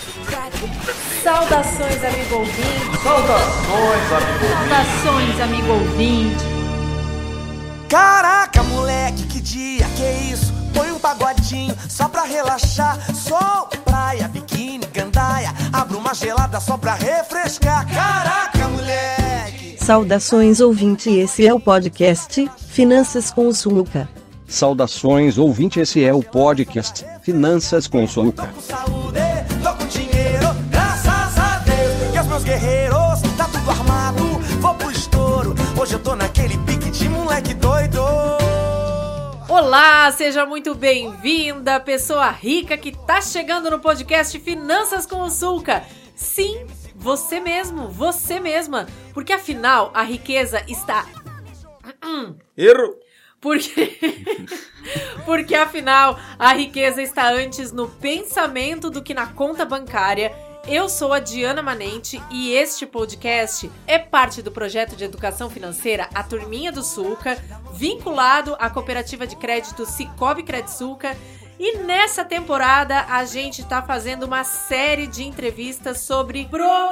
Saudações, amigo ouvinte. Saudações, amigo ouvinte. Caraca, moleque, que dia, que isso? Põe um pagodinho só pra relaxar. Sol, praia, biquíni, gandaia. Abra uma gelada só pra refrescar. Caraca, moleque. Saudações, ouvinte, esse é o podcast Finanças com o Sulca. Saudações, ouvinte, esse é o podcast Finanças com o Sulca. Tô com saúde, tô com dinheiro, graças a Deus. E os meus guerreiros, tá tudo armado, vou pro estouro. Hoje eu tô naquele pique de moleque doido. Olá, seja muito bem-vinda, pessoa rica que tá chegando no podcast Finanças com o Sulca. Sim, você mesmo, você mesma, porque afinal a riqueza está... Erro! Porque afinal a riqueza está antes no pensamento do que na conta bancária. Eu sou a Diana Manente e este podcast é parte do projeto de educação financeira A Turminha do Sulca, vinculado à cooperativa de crédito Sicoob Credsulca. E nessa temporada a gente está fazendo uma série de entrevistas sobre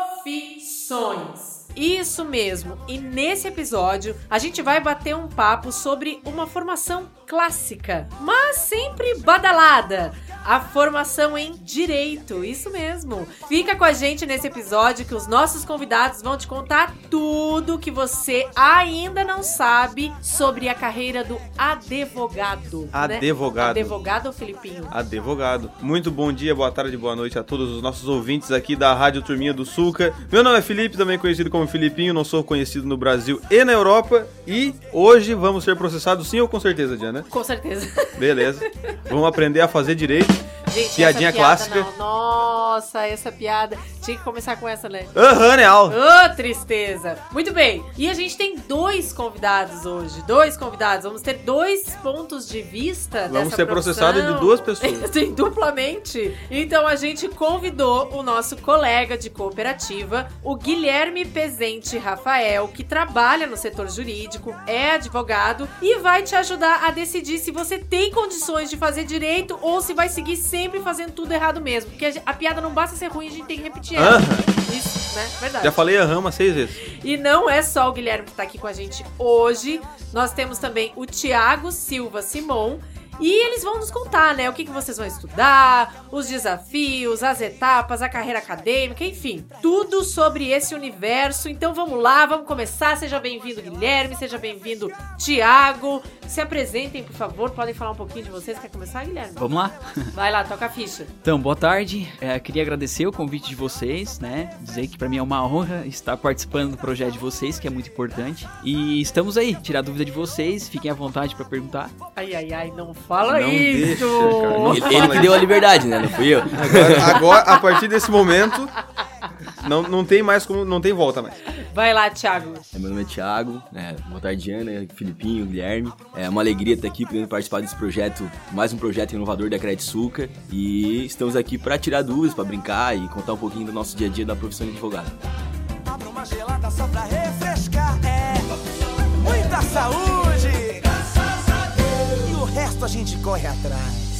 profissões. Isso mesmo, e nesse episódio a gente vai bater um papo sobre uma formação clássica, mas sempre badalada, a formação em Direito, isso mesmo. Fica com a gente nesse episódio que os nossos convidados vão te contar tudo que você ainda não sabe sobre a carreira do advogado. Advogado. Né? Advogado ou Filipinho? Advogado. Muito bom dia, boa tarde, boa noite a todos os nossos ouvintes aqui da Rádio Turminha do Sulca. Meu nome é Felipe, também conhecido como Filipinho, não sou conhecido no Brasil e na Europa. E hoje vamos ser processados sim ou com certeza, Diana? Com certeza. Beleza. Vamos aprender a fazer direito. Gente, piadinha essa piada clássica. Não. Nossa, essa piada. Tinha que começar com essa, né? Real. Ô, tristeza. Muito bem. E a gente tem dois convidados hoje. Vamos ter dois pontos de vista dessa Vamos ser profissão. processados de duas pessoas. Sim, duplamente. Então a gente convidou o nosso colega de cooperativa, o Guilherme Pezente Rafael, que trabalha no setor jurídico, é advogado e vai te ajudar a decidir se você tem condições de fazer direito ou se vai seguir sempre fazendo tudo errado mesmo. Porque a piada não basta ser ruim, a gente tem que repetir ela. Isso, né? Verdade. Já falei umas 6 vezes. E não é só o Guilherme que tá aqui com a gente hoje. Nós temos também o Thiago Silva Simon. E eles vão nos contar, né, o que vocês vão estudar, os desafios, as etapas, a carreira acadêmica, enfim, tudo sobre esse universo. Então vamos lá, vamos começar. Seja bem-vindo, Guilherme, seja bem-vindo, Thiago. Se apresentem, por favor, podem falar um pouquinho de vocês. Quer começar, Guilherme? Vamos lá? Vai lá, toca a ficha. Então, boa tarde. Queria agradecer o convite de vocês, né? Dizer que pra mim é uma honra estar participando do projeto de vocês, que é muito importante. E estamos aí, tirar dúvida de vocês, fiquem à vontade pra perguntar. Ai, não fala Não isso! deixa, cara, não fala Ele que deu a liberdade, né? Não fui eu. Agora, a partir desse momento, não tem mais como, não tem volta mais. Vai lá, Thiago. Meu nome é Thiago, boa tarde, Diana, Filipinho, Guilherme. É uma alegria estar aqui podendo participar desse projeto, mais um projeto inovador da Credsulca. E estamos aqui para tirar dúvidas, para brincar e contar um pouquinho do nosso dia a dia da profissão de advogado. Abra uma gelada só pra refrescar. Muita saúde, graças a Deus. E o resto a gente corre atrás.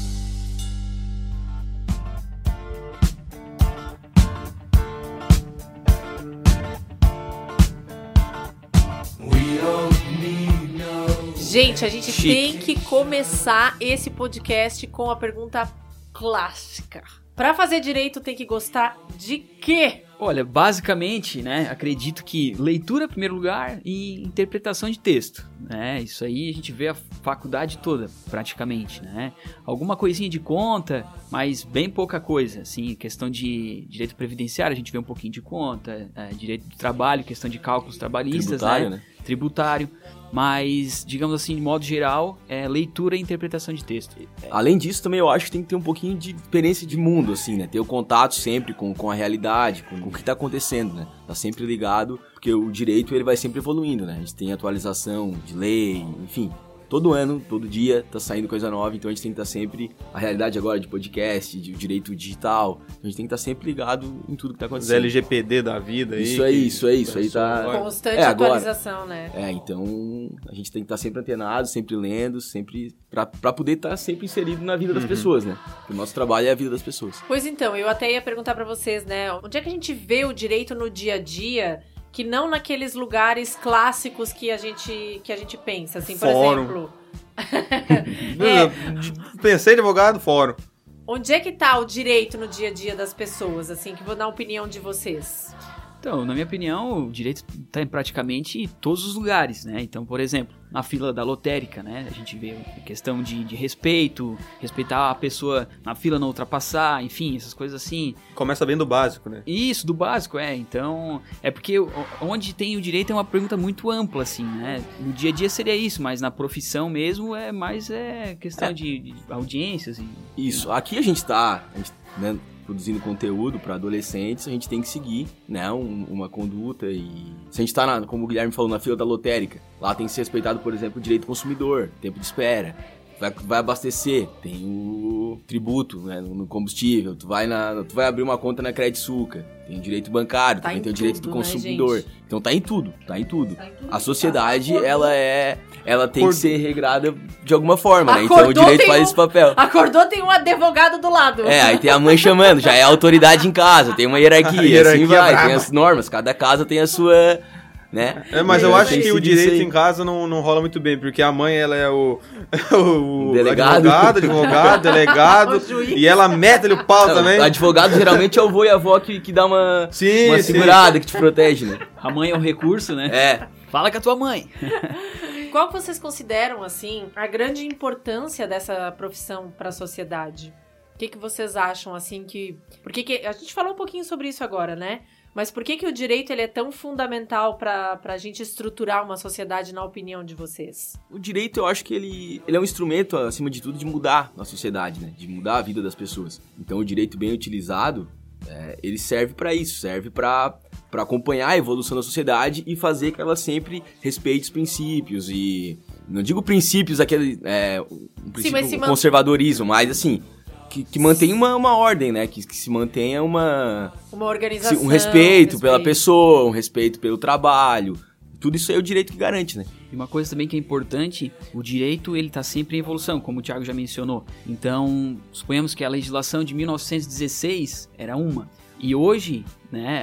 Gente, a gente tem que começar esse podcast com a pergunta clássica. Pra fazer direito tem que gostar de quê? Olha, basicamente, né, acredito que leitura em primeiro lugar e interpretação de texto, né, isso aí a gente vê a faculdade toda, praticamente, né, alguma coisinha de conta, mas bem pouca coisa, assim, questão de direito previdenciário a gente vê um pouquinho de conta, direito do trabalho, questão de cálculos trabalhistas, né, tributário, mas, digamos assim, de modo geral, leitura e interpretação de texto. Além disso, também eu acho que tem que ter um pouquinho de experiência de mundo, assim, né? Ter o contato sempre com a realidade, com o que tá acontecendo, né? Tá sempre ligado, porque o direito, ele vai sempre evoluindo, né? A gente tem atualização de lei, enfim. todo ano, todo dia, tá saindo coisa nova, então a gente tem que estar sempre, a realidade agora de podcast, de direito digital, a gente tem que estar sempre ligado em tudo que tá Os acontecendo. LGPD da vida aí. Isso aí tá... Constante agora. atualização, né? Então a gente tem que estar sempre antenado, sempre lendo, sempre pra poder estar sempre inserido na vida das pessoas, né? Porque o nosso trabalho é a vida das pessoas. Pois então, eu até ia perguntar pra vocês, né? Onde é que a gente vê o direito no dia a dia, que não naqueles lugares clássicos que a gente pensa, assim, por Fórum. exemplo... Pensei em advogado, fórum. Onde é que tá o direito no dia a dia das pessoas, assim, que vou dar a opinião de vocês? Então, na minha opinião, o direito está em praticamente todos os lugares, né? Então, por exemplo, na fila da lotérica, né? A gente vê a questão de respeito, respeitar a pessoa na fila, não ultrapassar, enfim, essas coisas assim. Começa bem do básico, né? Isso, do básico, Então, é porque onde tem o direito é uma pergunta muito ampla, assim, né? No dia a dia seria isso, mas na profissão mesmo é mais questão de audiências. Isso, aqui a gente tá, né, produzindo conteúdo para adolescentes, a gente tem que seguir, né, uma conduta e... Se a gente tá, como o Guilherme falou, na fila da lotérica, lá tem que ser respeitado, por exemplo, o direito do consumidor, tempo de espera. Vai abastecer, tem o tributo, né, no combustível, tu vai abrir uma conta na Credsuca, tem o direito bancário, também tem o direito do consumidor. Né, então tá em tudo. A sociedade, ela tem que ser regrada de alguma forma, né? Então o direito faz esse papel. Acordou, tem um advogado do lado. Aí tem a mãe chamando, já é autoridade em casa, tem uma hierarquia, assim vai, tem as normas, cada casa tem a sua... Né? Mas eu acho que o direito em casa não rola muito bem, porque a mãe, ela é o delegado, advogado, delegado, e ela mete-lhe o pau também. O advogado geralmente é o vô e a avó que dá uma segurada, que te protege, né? A mãe é um recurso, né? Fala com a tua mãe. Qual que vocês consideram, assim, a grande importância dessa profissão para a sociedade? O que vocês acham, assim, porque a gente falou um pouquinho sobre isso agora, né? Mas por que o direito ele é tão fundamental pra gente estruturar uma sociedade, na opinião de vocês? O direito, eu acho que ele é um instrumento, acima de tudo, de mudar a sociedade, né? De mudar a vida das pessoas. Então, o direito bem utilizado, ele serve pra isso, serve pra acompanhar a evolução da sociedade e fazer que ela sempre respeite os princípios e... Não digo princípios, aquele conservadorismo, mas assim... Que mantenha uma ordem, né? Que se mantenha uma organização. Um respeito pela pessoa, um respeito pelo trabalho. Tudo isso aí é o direito que garante, né? E uma coisa também que é importante, o direito ele está sempre em evolução, como o Thiago já mencionou. Então, suponhamos que a legislação de 1916 era uma. E hoje, né,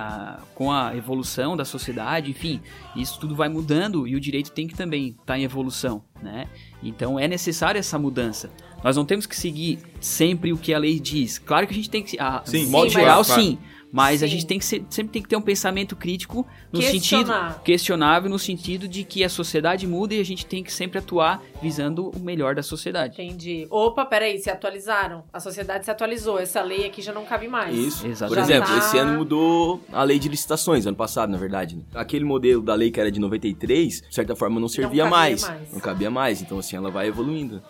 com a evolução da sociedade, enfim, isso tudo vai mudando e o direito tem que também estar em evolução, né? Então é necessária essa mudança. Nós não temos que seguir sempre o que a lei diz. Claro que a gente tem que... de modo geral, sim. Mas a gente sempre tem que ter um pensamento crítico no sentido questionável, no sentido de que a sociedade muda e a gente tem que sempre atuar visando o melhor da sociedade. Entendi. Opa, peraí, se atualizaram. A sociedade se atualizou. Essa lei aqui já não cabe mais. Isso. Exatamente. Por exemplo, esse ano mudou a lei de licitações, ano passado, na verdade. Né? Aquele modelo da lei que era de 93, de certa forma, não servia mais. Não cabia mais. Então, assim, ela vai evoluindo.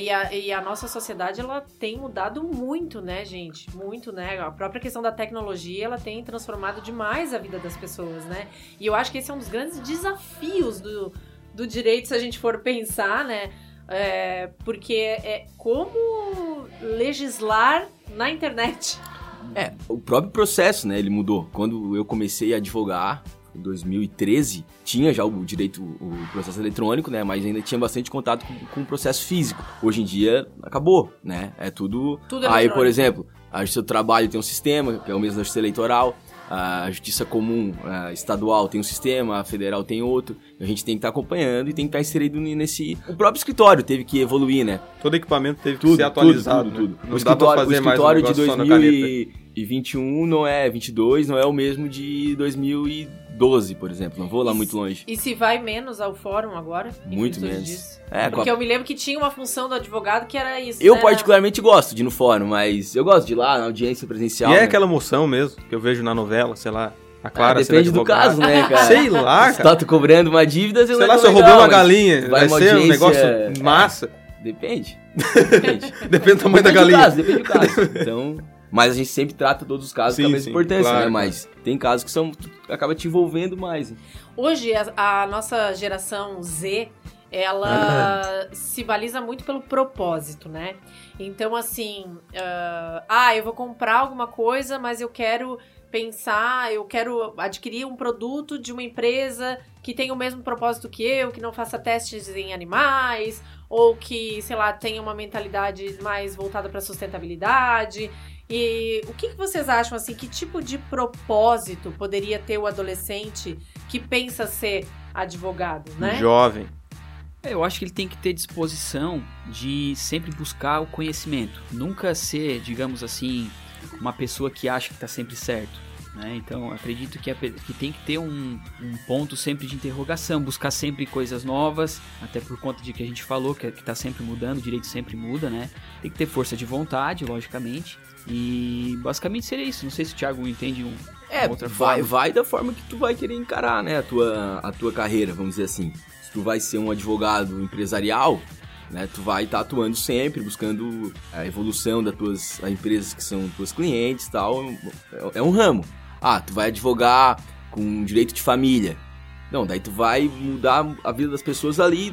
E a nossa sociedade, ela tem mudado muito, né, gente? Muito, né? A própria questão da tecnologia, ela tem transformado demais a vida das pessoas, né? E eu acho que esse é um dos grandes desafios do direito, se a gente for pensar, né? Porque é como legislar na internet. O próprio processo, né? Ele mudou. Quando eu comecei a advogar, em 2013, tinha já o direito, o processo eletrônico, né? Mas ainda tinha bastante contato com o processo físico. Hoje em dia, acabou, né? É tudo aí, por exemplo, a Justiça do Trabalho tem um sistema, que é o mesmo da Justiça Eleitoral. A Justiça Comum estadual tem um sistema, a federal tem outro. A gente tem que estar acompanhando e tem que estar inserido nesse... O próprio escritório teve que evoluir, né? Todo equipamento teve que ser atualizado. Tudo. Não dá pra fazer mais um de negócio só na caneta. 2021 não é, 22 não é o mesmo de 2012, por exemplo. Não vou lá muito longe. E se vai menos ao fórum agora? Muito menos. Porque eu me lembro que tinha uma função do advogado que era isso, Eu particularmente gosto de ir no fórum, mas eu gosto de ir lá na audiência presencial. E é aquela emoção mesmo, que eu vejo na novela, sei lá. A Clara depende do caso, né, cara? Sei lá, cara. Se tá cobrando uma dívida, sei lá, se eu roubei uma galinha, vai ser um negócio massa. Depende. Depende do tamanho da galinha. Depende do caso. Então... Mas a gente sempre trata todos os casos com a mesma importância, claro, né? Mas tem casos que acaba te envolvendo mais. Hein? Hoje, a nossa geração Z, ela se baliza muito pelo propósito, né? Então, assim, eu vou comprar alguma coisa, mas eu quero adquirir um produto de uma empresa que tem o mesmo propósito que eu, que não faça testes em animais, ou que, sei lá, tenha uma mentalidade mais voltada para sustentabilidade. E o que vocês acham, assim, que tipo de propósito poderia ter o adolescente que pensa ser advogado, né? Jovem. Eu acho que ele tem que ter disposição de sempre buscar o conhecimento. Nunca ser, digamos assim, uma pessoa que acha que está sempre certo. Né? Então, acredito que tem que ter um ponto sempre de interrogação, buscar sempre coisas novas, até por conta de que a gente falou, que está sempre mudando, o direito sempre muda, né? Tem que ter força de vontade, logicamente, e basicamente seria isso. Não sei se o Thiago entende uma outra forma. Vai da forma que tu vai querer encarar, né, a tua carreira, vamos dizer assim. Se tu vai ser um advogado empresarial, né, tu vai estar atuando sempre, buscando a evolução das tuas empresas que são tuas clientes e tal, é um ramo. Tu vai advogar com direito de família. Não, daí tu vai mudar a vida das pessoas ali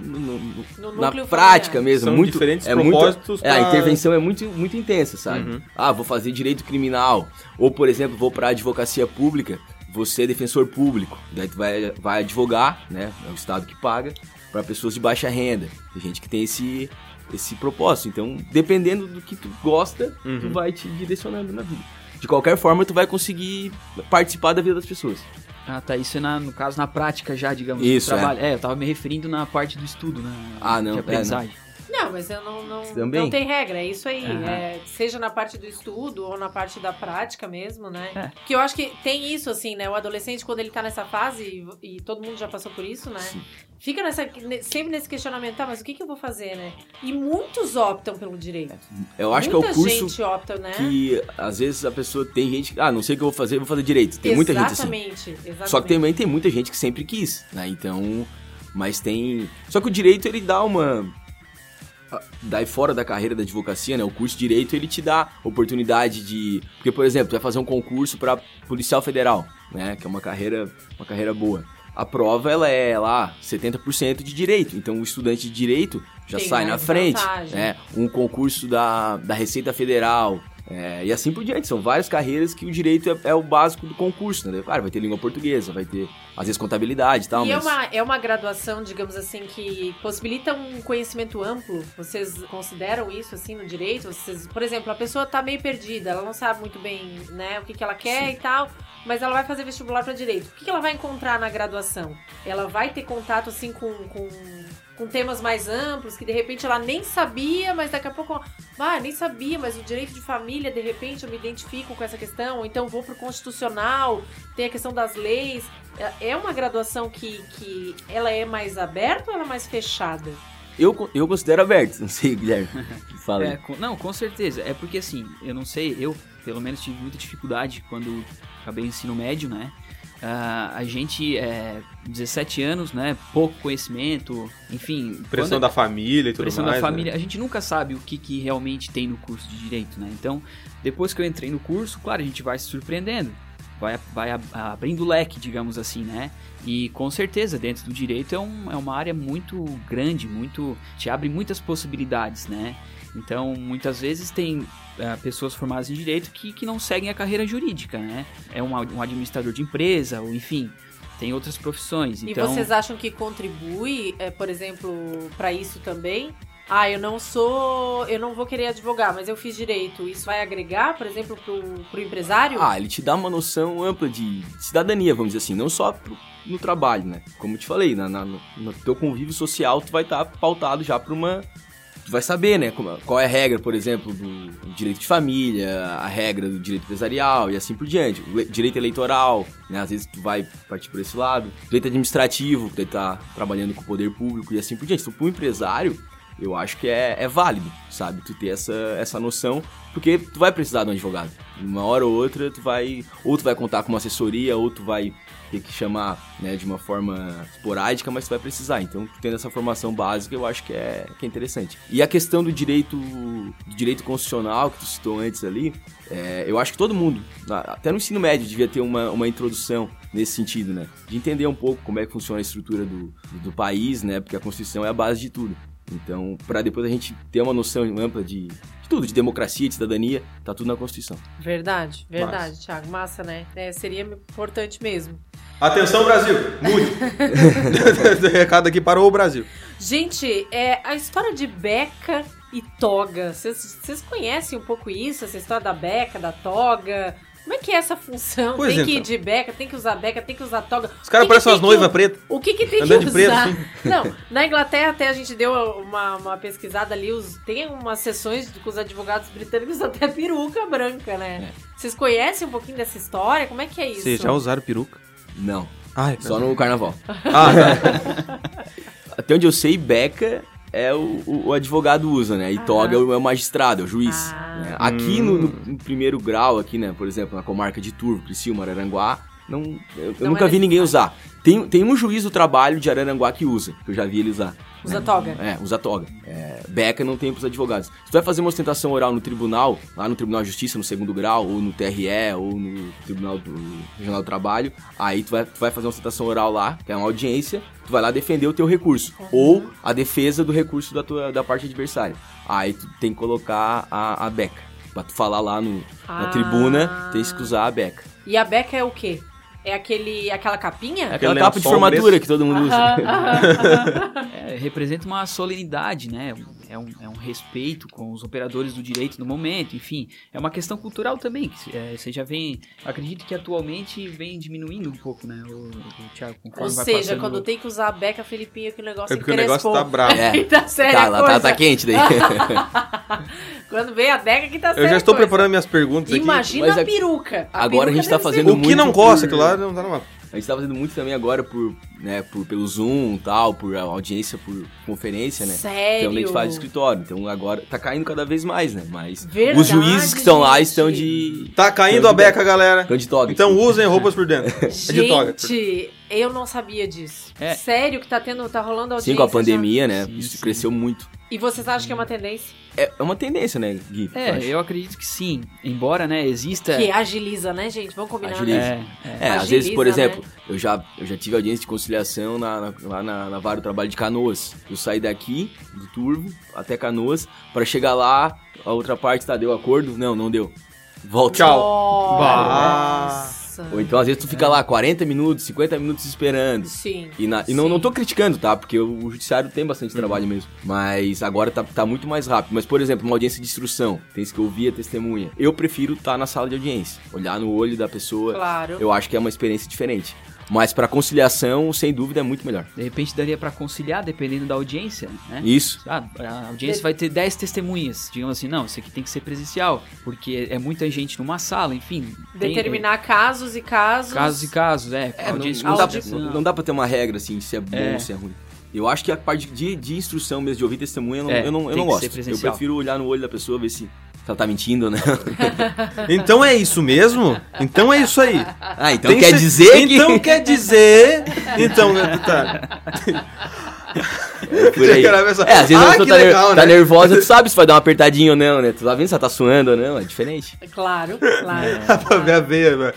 na prática mesmo. São diferentes propósitos. A intervenção é muito, muito intensa, sabe? Uhum. Vou fazer direito criminal. Ou, por exemplo, vou para a advocacia pública, vou ser defensor público. Daí tu vai advogar, né? É o Estado que paga, para pessoas de baixa renda. Tem gente que tem esse propósito. Então, dependendo do que tu gosta, tu vai te direcionando na vida. De qualquer forma, tu vai conseguir participar da vida das pessoas. Tá, isso é no caso na prática já, digamos, isso, do trabalho. Eu tava me referindo na parte do estudo, né? Não, de aprendizagem. Não, mas eu não tem regra, é isso aí. Seja na parte do estudo ou na parte da prática mesmo, né? Porque eu acho que tem isso, assim, né? O adolescente, quando ele tá nessa fase, e todo mundo já passou por isso, né? Sim. Fica sempre nesse questionamento, mas o que eu vou fazer, né? E muitos optam pelo direito. Eu acho que é o curso gente opta, né? Que, às vezes, a pessoa tem gente que, não sei o que eu vou fazer direito. Tem muita gente assim. Exatamente. Só que também tem muita gente que sempre quis, né? Então, mas tem... Só que o direito, ele dá daí fora da carreira da advocacia, né? O curso de Direito, ele te dá oportunidade de... Porque, por exemplo, tu vai fazer um concurso para policial federal, né? Que é uma carreira boa. A prova, ela é lá 70% de Direito. Então, o estudante de Direito já sai na frente. Né? Um concurso da Receita Federal... e assim por diante, são várias carreiras que o direito é o básico do concurso, né? Claro, vai ter língua portuguesa, vai ter, às vezes, contabilidade e tal. E é uma graduação, digamos assim, que possibilita um conhecimento amplo. Vocês consideram isso, assim, no direito? Por exemplo, a pessoa tá meio perdida, ela não sabe muito bem, né, o que ela quer. Sim. E tal, mas ela vai fazer vestibular para direito. O que ela vai encontrar na graduação? Ela vai ter contato, assim, com temas mais amplos, que de repente ela nem sabia, mas daqui a pouco, nem sabia, mas o direito de família, de repente eu me identifico com essa questão, ou então vou pro constitucional, tem a questão das leis. É uma graduação que ela é mais aberta ou ela é mais fechada? Eu considero aberto, não sei, Guilherme. Fala aí. Não, com certeza. É porque assim, eu não sei, eu pelo menos tive muita dificuldade quando acabei o ensino médio, né? A gente 17 anos, né? Pouco conhecimento, enfim... Pressão da família e tudo mais. Pressão da família. Né? A gente nunca sabe o que realmente tem no curso de Direito, né? Então, depois que eu entrei no curso, claro, a gente vai se surpreendendo. Vai abrindo o leque, digamos assim, né? E com certeza, dentro do Direito é uma área muito grande, te abre muitas possibilidades, né? Então, muitas vezes tem pessoas formadas em Direito que não seguem a carreira jurídica, né? É um administrador de empresa, ou enfim, tem outras profissões. Então... E vocês acham que contribui, por exemplo, para isso também? Eu não vou querer advogar, mas eu fiz Direito. Isso vai agregar, por exemplo, pro empresário? Ele te dá uma noção ampla de cidadania, vamos dizer assim, não só no trabalho, né? Como eu te falei, no teu convívio social, tu vai estar pautado já para tu vai saber, né, qual é a regra, por exemplo, do direito de família, a regra do direito empresarial e assim por diante. O direito eleitoral, né, às vezes tu vai partir por esse lado. Direito administrativo, tu tá trabalhando com o poder público e assim por diante. Então, para o empresário, eu acho que é válido, sabe? Tu ter essa noção, porque tu vai precisar de um advogado. Uma hora ou outra tu vai contar com uma assessoria, ou tu vai ter que chamar, né, de uma forma esporádica, mas tu vai precisar. Então, tendo essa formação básica, eu acho que é interessante. E a questão do direito constitucional, que tu citou antes ali, eu acho que todo mundo, até no ensino médio, devia ter uma introdução nesse sentido, né? De entender um pouco como é que funciona a estrutura do país, né? Porque a Constituição é a base de tudo. Então, para depois a gente ter uma noção ampla de tudo, de democracia, de cidadania, tá tudo na Constituição. Verdade, Thiago. Massa, né? Seria importante mesmo. Atenção, Brasil! Mude! Recado aqui para o Brasil. Gente, a história de beca e toga, vocês conhecem um pouco isso? Essa história da beca, da toga? Como é que é essa função? Pois tem que ir de beca, tem que usar beca, tem que usar toga. Os caras parecem umas noivas pretas. O que tem que andando usar? De preto, assim. Não, na Inglaterra até a gente deu uma pesquisada ali, tem umas sessões com os advogados britânicos até peruca branca, né? Vocês conhecem um pouquinho dessa história? Como é que é isso? Vocês já usaram peruca? Não. Ai, só no carnaval. Tá. Até onde eu sei, beca o advogado usa, né? E toga é o magistrado, é o juiz. Né? Aqui no primeiro grau, aqui, né? Por exemplo, na comarca de Turvo, Criciúma, Araranguá, eu nunca vi ninguém usar. Tem um juiz do trabalho de Araranguá que usa, que eu já vi ele usar. Usa toga? Usa toga. Beca não tem pros advogados. Se tu vai fazer uma ostentação oral no tribunal, lá no Tribunal de Justiça, no segundo grau, ou no TRE, ou no Tribunal Regional do Trabalho, aí tu vai fazer uma ostentação oral lá, que é uma audiência, tu vai lá defender o teu recurso, ou a defesa do recurso da parte adversária. Aí tu tem que colocar a beca. Pra tu falar lá na tribuna, tem que usar a beca. E a beca é o quê? É aquela capinha? É aquela capa de formatura que todo mundo usa. Representa uma solenidade, né? É um respeito com os operadores do direito no momento, enfim. É uma questão cultural também, que você já vem... Acredito que atualmente vem diminuindo um pouco, né? O Thiago, ou seja, quando tem que usar a beca, Felipinho, que o negócio porque o negócio tá bravo. Tá sério, tá quente daí. Quando vem a beca que tá sério. Eu já estou preparando minhas perguntas aqui. Imagina a peruca. Agora a gente tá fazendo muito... O que não gosta, aquilo lá não tá no mapa. A gente tá fazendo muito também agora pelo Zoom e tal, por audiência, por conferência, né? Sério? Então a gente faz escritório. Então agora tá caindo cada vez mais, né? Mas verdade, os juízes que estão lá estão de... Tá caindo a beca, galera. Estão de toga. Então usem roupas por dentro. Gente, de toga. Eu não sabia disso. Sério que tá rolando audiência? Sim, com a pandemia, né? Sim, isso cresceu muito. E vocês acham que é uma tendência? É uma tendência, né, Gui? Eu acredito que sim. Embora, né, exista... Que agiliza, né, gente? Vamos combinar. Agiliza. Às vezes, por exemplo, eu já tive audiência de conciliação lá na Vara do Trabalho de Canoas. Eu saí daqui, do Turvo, até Canoas, pra chegar lá, a outra parte, deu acordo? Não deu. Volta. Tchau. Nossa. Ou então, às vezes, tu fica lá 40 minutos, 50 minutos esperando. Sim. E não tô criticando, tá? Porque o judiciário tem bastante trabalho mesmo. Mas agora tá muito mais rápido. Mas, por exemplo, uma audiência de instrução, tens que ouvir a testemunha. Eu prefiro estar na sala de audiência, olhar no olho da pessoa. Claro. Eu acho que é uma experiência diferente. Mas pra conciliação, sem dúvida, é muito melhor. De repente daria pra conciliar, dependendo da audiência, né? Isso. A audiência vai ter 10 testemunhas. Digamos assim, não, isso aqui tem que ser presencial. Porque é muita gente numa sala, enfim. Determinar casos e casos. Casos e casos, não dá pra ter uma regra, assim, se é bom ou se é ruim. Eu acho que a parte de instrução mesmo, de ouvir testemunha, eu não gosto. Eu prefiro olhar no olho da pessoa, ver se ela tá mentindo, né? Então é isso mesmo? Então é isso aí. Então quer dizer que... Então quer dizer... Então, tá... Por aí. Às vezes a pessoa tá nervosa, tu sabe se vai dar uma apertadinha ou não, né? Tu tá vendo se ela tá suando ou não, é diferente. Claro. Pra ver a veia, velho.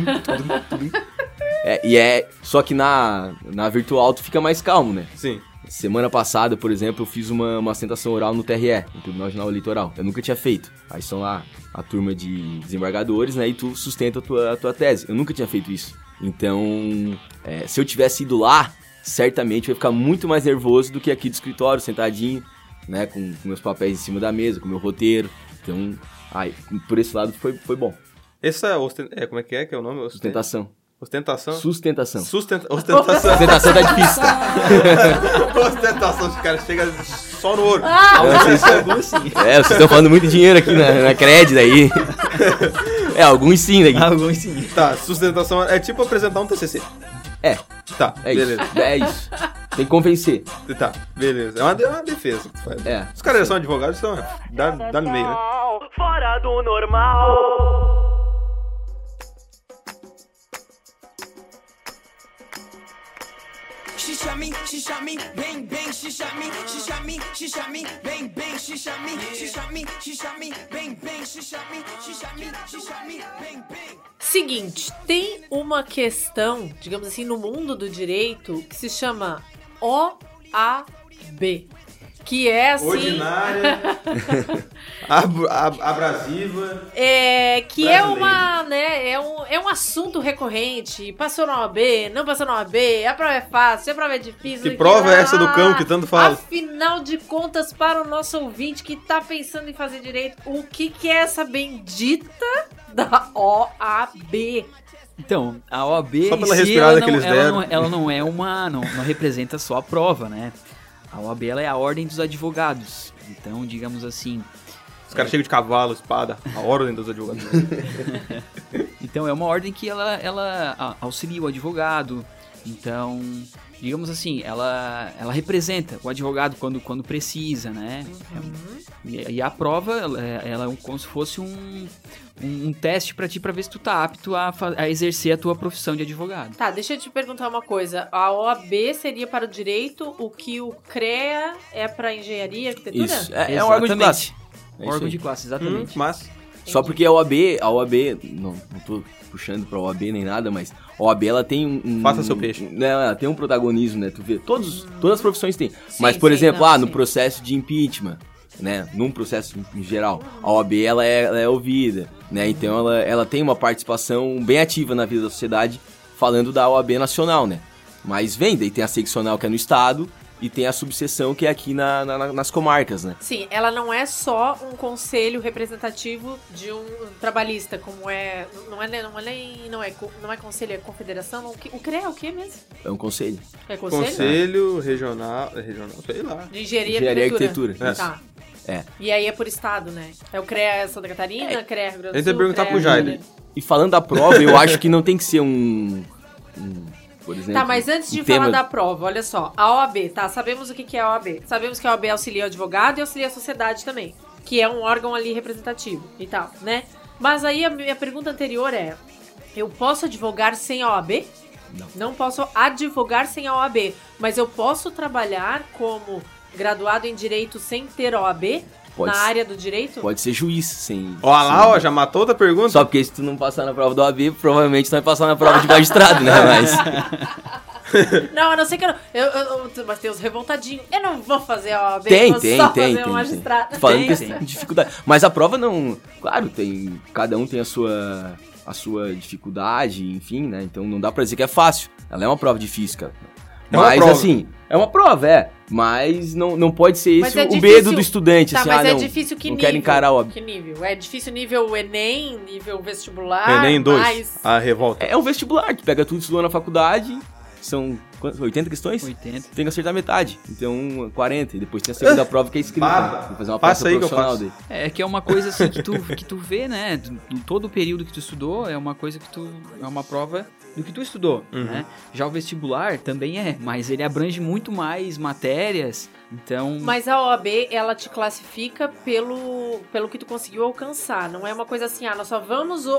Só que na virtual tu fica mais calmo, né? Sim. Semana passada, por exemplo, eu fiz uma assentação oral no TRE, no Tribunal Regional Eleitoral. Eu nunca tinha feito. Aí são lá a turma de desembargadores, né? E tu sustenta a tua tese. Eu nunca tinha feito isso. Então, se eu tivesse ido lá, certamente eu ia ficar muito mais nervoso do que aqui do escritório, sentadinho, né? Com meus papéis em cima da mesa, com meu roteiro. Então, por esse lado foi bom. Essa como é que é o nome? Ostentação. Ostentação? Sustentação. Ostentação. Ostentação tá difícil. Ostentação, os caras chegam só no ouro. Vocês estão falando muito dinheiro aqui na crédito aí. Alguns sim daqui. Alguns sim. Tá, sustentação é tipo apresentar um TCC. Tá, beleza. Isso. Tem que convencer. Tá, beleza. É uma defesa que tu faz. É. Os caras são advogados, então dá no meio, né? Fora do normal. Xixa me, bem, bem, xixa me, bem, bem, xixa me, bem, bem, xixa me, bem, bem. Seguinte, tem uma questão, digamos assim, no mundo do direito que se chama OAB. Que é assim... Ordinária, abrasiva. Que brasileira. é uma, né, é um assunto recorrente. Passou na OAB, não passou na OAB, a prova é fácil, a prova é difícil. Que prova é essa do cão que tanto fala? Afinal de contas, para o nosso ouvinte que tá pensando em fazer direito, o que é essa bendita da OAB? Então, a OAB Só pela em si, respirada que eles deram. ela não é uma... Não representa só a prova, né? A OAB, ela é a Ordem dos Advogados. Então, digamos assim... Os caras chegam de cavalo, espada, a ordem dos advogados. Então, é uma ordem que ela auxilia o advogado. Então, digamos assim, ela representa o advogado quando precisa, né? E a prova, ela é como se fosse um teste pra ti, pra ver se tu tá apto a exercer a tua profissão de advogado. Tá, deixa eu te perguntar uma coisa. A OAB seria para o direito, o que o CREA é para engenharia e arquitetura? Isso, é um órgão de classe. É isso Órgão aí. de classe, exatamente. Mas... Só porque a OAB, não tô puxando pra OAB nem nada, mas a OAB, ela tem Faça seu peixe. Né, ela tem um protagonismo, né? Tu vê, todas as profissões têm. Sim, Mas, por sim, exemplo, não, no sim. processo de impeachment, né? Num processo em geral, a OAB, ela é ouvida, né? Então, ela tem uma participação bem ativa na vida da sociedade, falando da OAB nacional, né? Mas daí tem a seccional que é no estado, e tem a subseção que é aqui nas comarcas, né? Sim, ela não é só um conselho representativo de um trabalhista, como é... Não é conselho, é confederação. O CREA é o que mesmo? É um conselho. É conselho? Conselho regional, sei lá. De engenharia Engenharia e e arquitetura. arquitetura, Tá. É. E aí é por estado, né? É o CREA Santa Catarina, CREA Rio Grande do A gente vai Sul, perguntar CREA pro Jair. Júlia. E falando da prova, eu acho que não tem que ser por exemplo... Tá, mas antes de falar da prova, olha só. A OAB, tá? Sabemos o que é a OAB. Sabemos que a OAB auxilia o advogado e auxilia a sociedade também. Que é um órgão ali representativo e tal, né? Mas aí a minha pergunta anterior é... Eu posso advogar sem a OAB? Não posso advogar sem a OAB. Mas eu posso trabalhar como graduado em Direito sem ter OAB? Pode na ser. área do direito? Pode ser juiz, sem... Ó lá, ó, já matou outra pergunta? Só porque se tu não passar na prova do OAB, provavelmente tu vai passar na prova de magistrado, né? Mas... Não, a não ser que mas tem os revoltadinhos. Eu não vou fazer a OAB, Tem. vou só fazer um magistrado. Tô falando Tem, questão de dificuldade. Mas a prova não... Claro, cada um tem a sua dificuldade, enfim, né? Então não dá pra dizer que é fácil. Ela é uma prova difícil, cara. Mas, assim, é uma prova, mas não pode ser Mas esse é o difícil- medo do estudante, Tá, assim, mas é não, difícil que não nível? quero encarar o... Que nível? É difícil nível Enem, nível vestibular? Enem 2, mais... a revolta. É um vestibular, tu pega tudo, estudou na faculdade, são 80 questões? 80. Tem que acertar metade, então 40, e depois tem a segunda prova que é escrita, Baba. tem que fazer uma Passa prova aí que eu profissional faço. daí. É que é uma coisa assim que tu vê, né? Todo o período que tu estudou é uma coisa que é uma prova do que tu estudou, né? Já o vestibular também mas ele abrange muito mais matérias, então... Mas a OAB, ela te classifica pelo que tu conseguiu alcançar. Não é uma coisa assim, nós só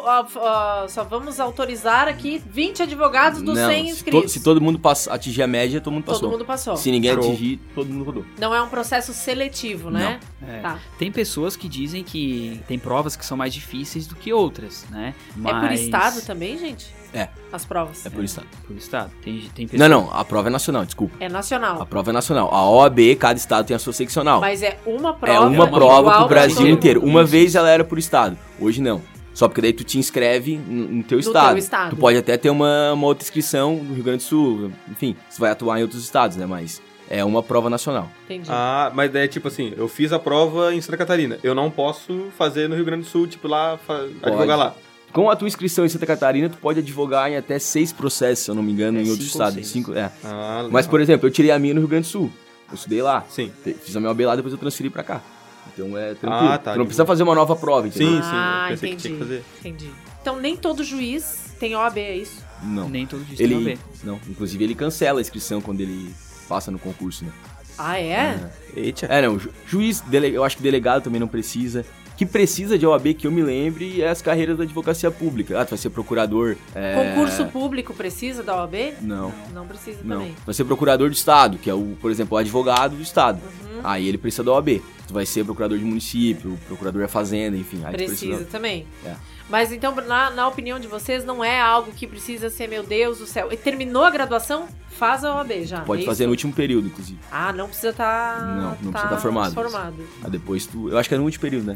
vamos autorizar aqui 20 advogados dos 100 inscritos. Se todo mundo atingir a média, todo mundo passou. Todo mundo passou. Se ninguém Show. atingir, todo mundo rodou. Não é um processo seletivo, né? É. Tá. Tem pessoas que dizem que tem provas que são mais difíceis do que outras, né? É por estado também, gente? É. As provas. É por estado. Por estado. Tem pessoas... Não, a prova é nacional, desculpa. É nacional. A prova é nacional. A OAB, cada estado tem a sua seccional. Mas é uma prova. É uma prova igual pro pra Brasil todo inteiro. mundo. Uma vez ela era por estado, hoje não. Só porque daí tu te inscreve no teu estado. teu estado. Tu pode até ter uma outra inscrição no Rio Grande do Sul, enfim, você vai atuar em outros estados, né? Mas é uma prova nacional. Entendi. Ah, mas daí, tipo assim, eu fiz a prova em Santa Catarina. Eu não posso fazer no Rio Grande do Sul, tipo, lá, advogar lá. Com a tua inscrição em Santa Catarina, tu pode advogar em até 6 processos, se eu não me engano, em outro 5 ou estado. 6. 5, Ah, legal. Mas, por exemplo, eu tirei a minha no Rio Grande do Sul. Eu estudei lá. Sim. Fiz a minha OAB lá, depois eu transferi pra cá. Então é tranquilo. tá, tu não precisa fazer uma nova prova, entendeu? Sim, eu pensei que tinha que fazer. Entendi. Então nem todo juiz tem OAB, é isso? Não. Nem todo juiz tem Ele... OAB. Não, inclusive ele cancela a inscrição quando ele passa no concurso, né? Ah, é? Eita. Não, juiz, eu acho que delegado também não precisa. Que precisa de OAB, que eu me lembre, é as carreiras da advocacia pública. Tu vai ser procurador... Concurso público precisa da OAB? Não. Não precisa Não. também. Vai ser procurador do estado, que é, por exemplo, o advogado do estado. Aí ele precisa da OAB. Tu vai ser procurador de município, procurador da fazenda, enfim. Aí Precisa também. É. Mas então, na opinião de vocês, não é algo que precisa ser, meu Deus do céu. E terminou a graduação, faz a OAB já. Pode é fazer isso? no último período, inclusive. Ah, não precisa estar... Não precisa estar formado. Aí depois eu acho que é no último período, né?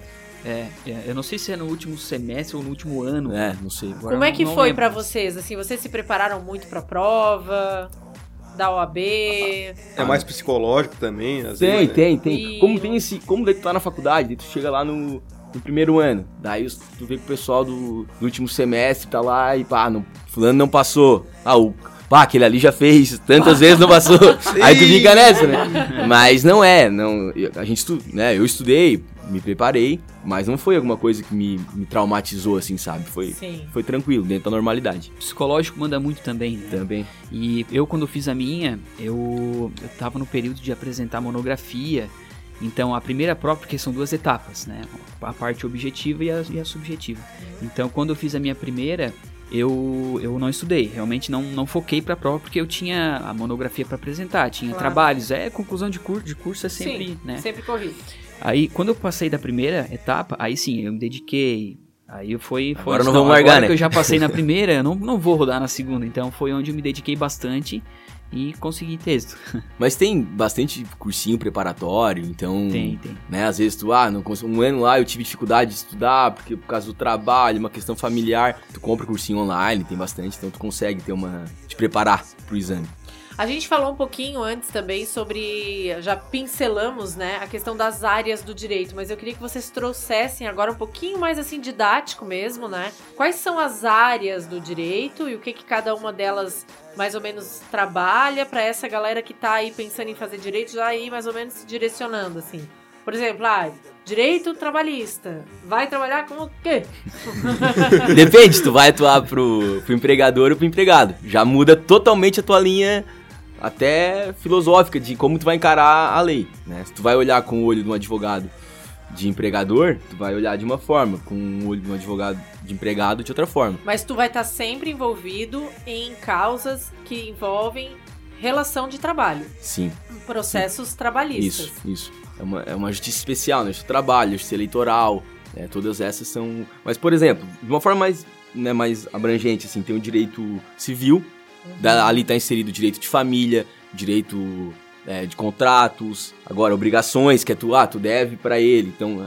Eu não sei se é no último semestre ou no último ano. Não sei. Agora Como é que não foi lembro. pra vocês? Assim, vocês se prepararam muito pra prova da OAB? É mais psicológico também, às vezes, né? Tem. Como daí tu tá na faculdade, daí tu chega lá no primeiro ano, daí tu vê que o pessoal do último semestre tá lá e fulano não passou. Aquele ali já fez, tantas vezes não passou. Aí tu fica nessa, né? Mas não, a gente né? Eu estudei, me preparei, mas não foi alguma coisa que me traumatizou, assim, sabe? Foi tranquilo, dentro da normalidade. O psicológico manda muito também, né? Também. E eu, quando fiz a minha, eu tava no período de apresentar monografia. Então, a primeira prova, porque são 2 etapas, né? A parte objetiva e a subjetiva. Então, quando eu fiz a minha primeira... Eu não estudei, realmente não foquei pra prova, porque eu tinha a monografia pra apresentar, tinha trabalhos, conclusão de curso é sempre, Sim, né? sempre corrido. Aí, quando eu passei da primeira etapa, aí sim, eu me dediquei, aí foi Agora não vamos largar, agora né? que eu já passei na primeira, eu não vou rodar na segunda, então foi onde eu me dediquei bastante e consegui ter êxito. Mas tem bastante cursinho preparatório, então... Tem. Né, às vezes tu, não consigo, um ano lá eu tive dificuldade de estudar, porque por causa do trabalho, uma questão familiar, tu compra cursinho online, tem bastante, então tu consegue te preparar pro exame. A gente falou um pouquinho antes também sobre, já pincelamos, né, a questão das áreas do direito, mas eu queria que vocês trouxessem agora um pouquinho mais assim didático mesmo, né? Quais são as áreas do direito e o que cada uma delas mais ou menos trabalha para essa galera que tá aí pensando em fazer direito já ir mais ou menos se direcionando, assim. Por exemplo, direito trabalhista, vai trabalhar com o quê? Depende, tu vai atuar pro empregador ou pro empregado. Já muda totalmente a tua linha até filosófica de como tu vai encarar a lei, né? Se tu vai olhar com o olho de um advogado de empregador, tu vai olhar de uma forma, com o olho de um advogado de empregado de outra forma. Mas tu vai estar sempre envolvido em causas que envolvem relação de trabalho. Sim. Processos trabalhistas. Isso. É uma justiça especial, né? Justiça do trabalho, justiça eleitoral, todas essas são... Mas, por exemplo, de uma forma mais abrangente, assim, tem o direito civil, ali tá inserido o direito de família, direito de contratos, agora obrigações que tu deve pra ele, então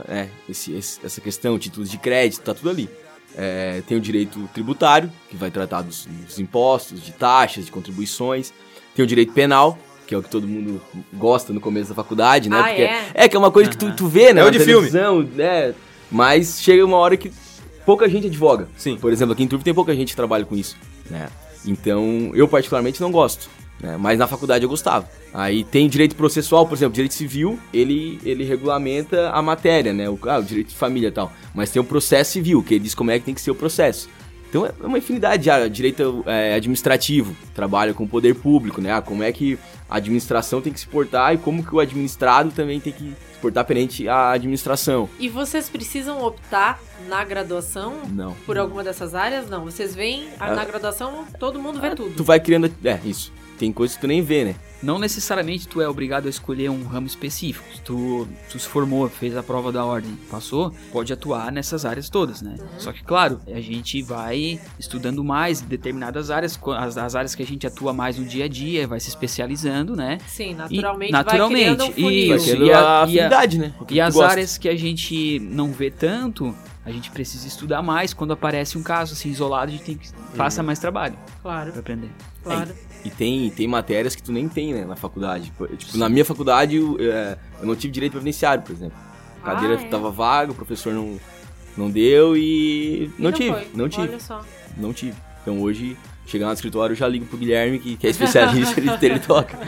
essa questão, títulos de crédito, tá tudo ali. Tem o direito tributário, que vai tratar dos impostos, de taxas, de contribuições, tem o direito penal, que é o que todo mundo gosta no começo da faculdade, né? Porque que é uma coisa que tu vê, né? É o de televisão, né? Mas chega uma hora que pouca gente advoga. Sim. Por exemplo, aqui em Turvo tem pouca gente que trabalha com isso, né? Então, eu particularmente não gosto, né? Mas na faculdade eu gostava. Aí tem direito processual, por exemplo, direito civil, ele regulamenta a matéria, né? O direito de família e tal. Mas tem o processo civil, que ele diz como é que tem que ser o processo. Então é uma infinidade de direito administrativo, trabalha com o poder público, né? Como é que a administração tem que se portar e como que o administrado também tem que se portar perante a administração. E vocês precisam optar na graduação Não. por alguma dessas áreas? Não, vocês veem na graduação, todo mundo vê tudo. Tu vai criando... isso. Tem coisas que tu nem vê, né? Não necessariamente tu é obrigado a escolher um ramo específico. Se tu se formou, fez a prova da ordem, passou, pode atuar nessas áreas todas, né? Só que, claro, a gente vai estudando mais determinadas áreas, as áreas que a gente atua mais no dia a dia, vai se especializando, né? Sim, naturalmente, vai criando um funil. Vai criando a afinidade, né? E as áreas que a gente não vê tanto, a gente precisa estudar mais. Quando aparece um caso assim isolado, a gente tem que passar mais trabalho. Claro. Pra aprender. Claro. E tem matérias que tu nem tem, né, na faculdade. Tipo, na minha faculdade, eu não tive direito previdenciário, por exemplo. A cadeira tava vaga, o professor não deu e não tive. Olha só. Não tive. Então hoje, chegar no escritório, eu já ligo pro Guilherme, que é especialista, ele toca.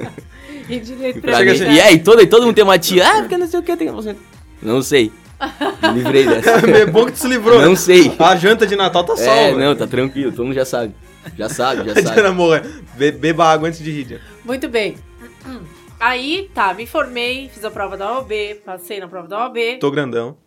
E direito E aí, todo mundo tem uma tia, porque não sei o que tem você. Não sei. Me livrei dessa. É bom que tu se livrou. Não sei. A janta de Natal tá salva. Não, tá tranquilo, todo mundo já sabe. Já sabe. Beba água antes de rir. Muito bem. Aí, tá, me formei, fiz a prova da OAB, passei na prova da OAB. Tô grandão.